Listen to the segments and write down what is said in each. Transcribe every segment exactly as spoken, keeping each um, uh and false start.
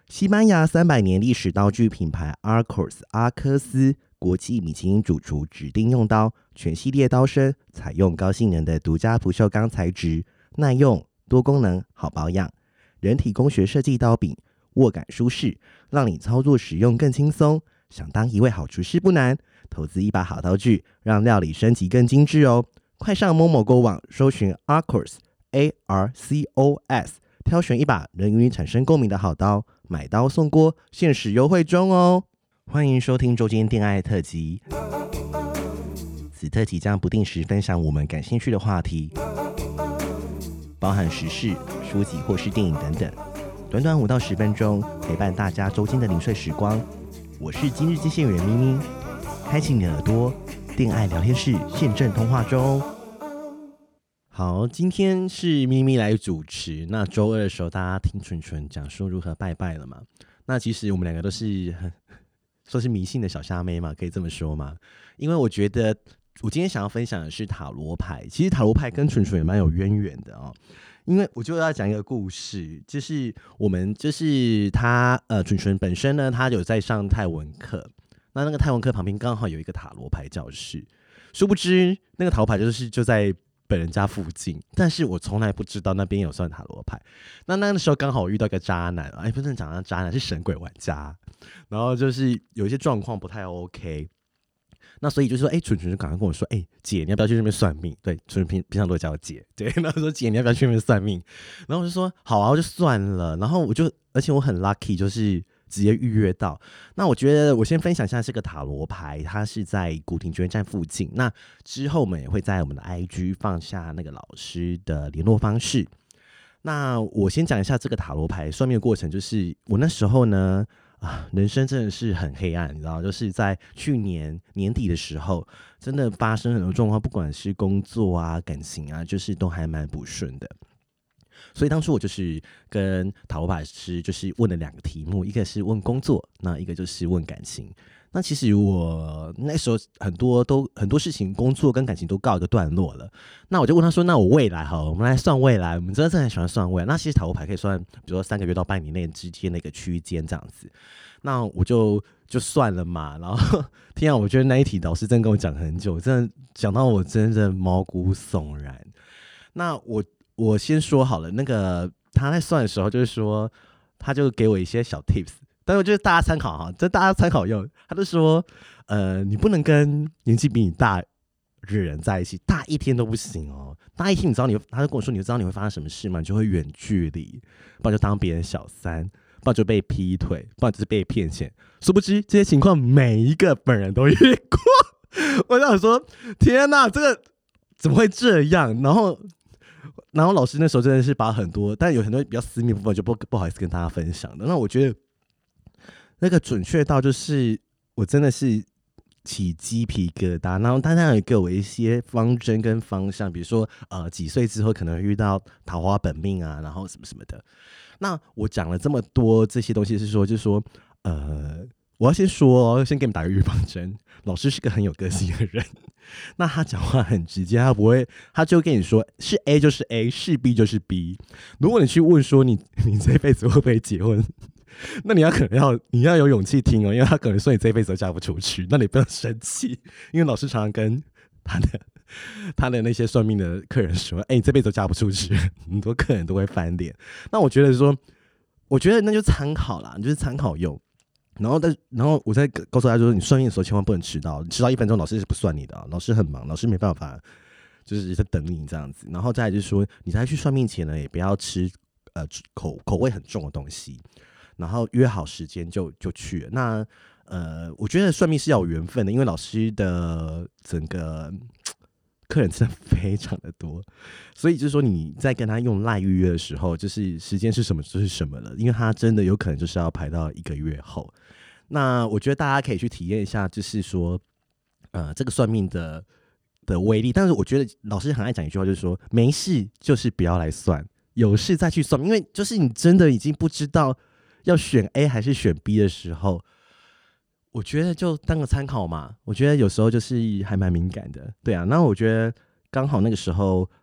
西班牙三百年历史刀具品牌 Arcos 阿科斯国际米其林主厨指定用刀，全系列刀身采用高性能的独家不锈钢材质，耐用、多功能、好保养。人体工学设计刀柄，握感舒适，让你操作使用更轻松。想当一位好厨师不难，投资一把好刀具，让料理升级更精致哦。快上某某购网搜寻 Arcos A R C O S， 挑选一把能与你产生共鸣的好刀，买刀送锅，限时优惠中哦！欢迎收听周间恋爱特辑，此特辑将不定时分享我们感兴趣的话题，包含时事、书籍或是电影等等，短短五到十分钟，陪伴大家周间的零碎时光。我是今日接线员咪咪，开启你的耳朵，恋爱聊天室现正通话中。好，今天是咪咪来主持。那周二的时候，大家听纯纯讲说如何拜拜了嘛？那其实我们两个都是很说是迷信的小虾妹嘛，可以这么说吗？因为我觉得我今天想要分享的是塔罗牌，其实塔罗牌跟纯纯也蛮有渊源的哦。因为我就要讲一个故事，就是我们就是他呃纯纯本身呢，他有在上泰文课，那那个泰文课旁边刚好有一个塔罗牌教室，殊不知那个塔罗牌就是就在本人家附近，但是我从来不知道那边有算塔罗牌。那那个时候刚好我遇到一个渣男，哎，不是讲到渣男，是神鬼玩家，然后就是有一些状况不太 OK。那所以就是说，哎，纯纯就赶快跟我说，哎，姐，你要不要去那边算命？对，纯纯平平常都会叫我姐，对，然后说姐，你要不要去那边算命？然后我就说好啊，我就算了。然后我就，而且我很 lucky，就是直接预约到。那我觉得我先分享一下这个塔罗牌，它是在古亭捷运站附近。那之后我们也会在我们的 I G 放下那个老师的联络方式。那我先讲一下这个塔罗牌算命的过程，就是我那时候呢。啊，人生真的是很黑暗，你知道，就是在去年年底的时候，真的发生很多状况，不管是工作啊、感情啊，就是都还蛮不顺的。所以当初我就是跟塔罗牌师就是问了两个题目，一个是问工作，那一个就是问感情。那其实我那时候很多都很多事情，工作跟感情都告一个段落了。那我就问他说：“那我未来好了，我们来算未来。我们真的是很喜欢算未来。那其实塔罗牌可以算，比如说三个月到半年内之间的一个区间这样子。那我就就算了嘛。然后天啊，我觉得那一题老师真跟我讲很久，真的讲到我真的毛骨悚然。那我我先说好了，那个他在算的时候，就是说他就给我一些小 tips。”但是我觉得大家参考哈，这大家参考用。他就说，呃，你不能跟年纪比你大的人在一起，大一天都不行哦。大一天，你知道你，他就跟我说，你知道你会发生什么事吗？你就会远距离，不然就当别人小三，不然就被劈腿，不然就是被骗钱。殊不知这些情况每一个本人都遇过。我想说，天哪，这个怎么会这样？然后。然后老师那时候真的是把很多，但有很多比较私密部分就不不好意思跟大家分享的。那我觉得那个准确到就是我真的是起鸡皮疙瘩。然后他那有给我一些方针跟方向，比如说呃几岁之后可能会遇到桃花本命啊，然后什么什么的。那我讲了这么多这些东西是说，就是说呃。我要先说，先给你们打个预防针。老师是个很有个性的人，那他讲话很直接，他不会，他就跟你说是 A 就是 A， 是 B 就是 B。如果你去问说你你这辈子会不会结婚，那你要可能要你要有勇气听哦，因为他可能说你这辈子都嫁不出去，那你不要生气，因为老师常常跟他的他的那些算命的客人说，哎、欸，你这辈子都嫁不出去，很多客人都会翻脸。那我觉得说，我觉得那就参考啦，就是参考用。然后，但然后我再告诉大家说，你算命的时候千万不能迟到，你迟到一分钟，老师是不算你的、啊，老师很忙，老师没办法，就是在等你这样子。然后再来就是说，你在去算命前呢，也不要吃呃口口味很重的东西，然后约好时间就就去了。那呃，我觉得算命是要有缘分的，因为老师的整个客人真的非常的多，所以就是说你在跟他用赖预约的时候，就是时间是什么就是什么了，因为他真的有可能就是要排到一个月后。那我觉得大家可以去体验一下，就是说，呃，这个算命的的威力。但是我觉得老师很爱讲一句话，就是说，没事就是不要来算，有事再去算。因为就是你真的已经不知道要选 A 还是选 B 的时候，我觉得就当个参考嘛。我觉得有时候就是还蛮敏感的，对啊。那我觉得刚好那个时候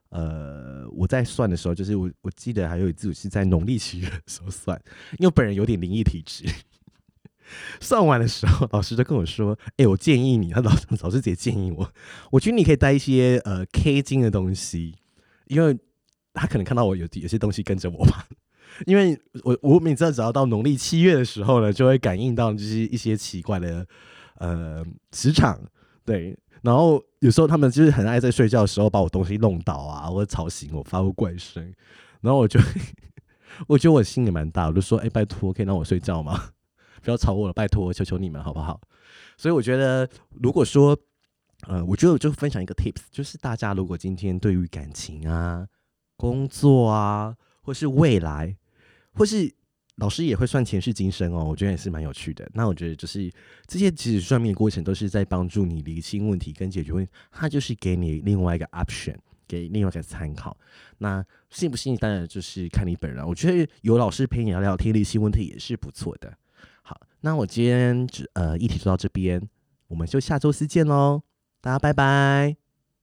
呃，我在算的时候，就是我我记得还有一次我是在农历七月的时候算，因为我本人有点灵异体质。算完的时候，老师就跟我说：“哎、欸，我建议你，他老老师直接建议我，我觉得你可以带一些呃 K 金的东西，因为他可能看到我有有些东西跟着我吧。因为我我每次只要到农历七月的时候呢，就会感应到就是一些奇怪的呃磁场，对。然后有时候他们就是很爱在睡觉的时候把我东西弄倒啊，或者吵醒我，发出怪声，然后我就我觉得我心里蛮大，我就说：哎、欸，拜托，可以让我睡觉吗？”不要吵我了，拜托，求求你们好不好？所以我觉得，如果说，呃，我觉得我就分享一个 tips， 就是大家如果今天对于感情啊、工作啊，或是未来，或是老师也会算前世今生哦，我觉得也是蛮有趣的。那我觉得就是这些其实算命的过程都是在帮助你厘清问题跟解决问题，它就是给你另外一个 option， 给另外一个参考。那信不信当然就是看你本人，我觉得有老师陪你聊聊天厘清问题也是不错的。好，那我今天呃议题就到这边，我们就下周四见喽，大家拜拜。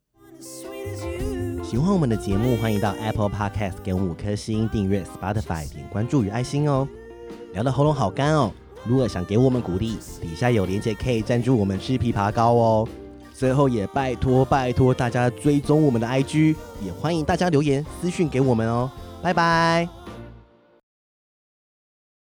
喜欢我们的节目，欢迎到 Apple Podcast 给我们五颗星，订阅 Spotify 点关注与爱心哦。聊得喉咙好干哦，如果想给我们鼓励，底下有连结可以赞助我们吃枇杷膏哦。最后也拜托拜托大家追踪我们的 I G， 也欢迎大家留言私讯给我们哦。拜拜。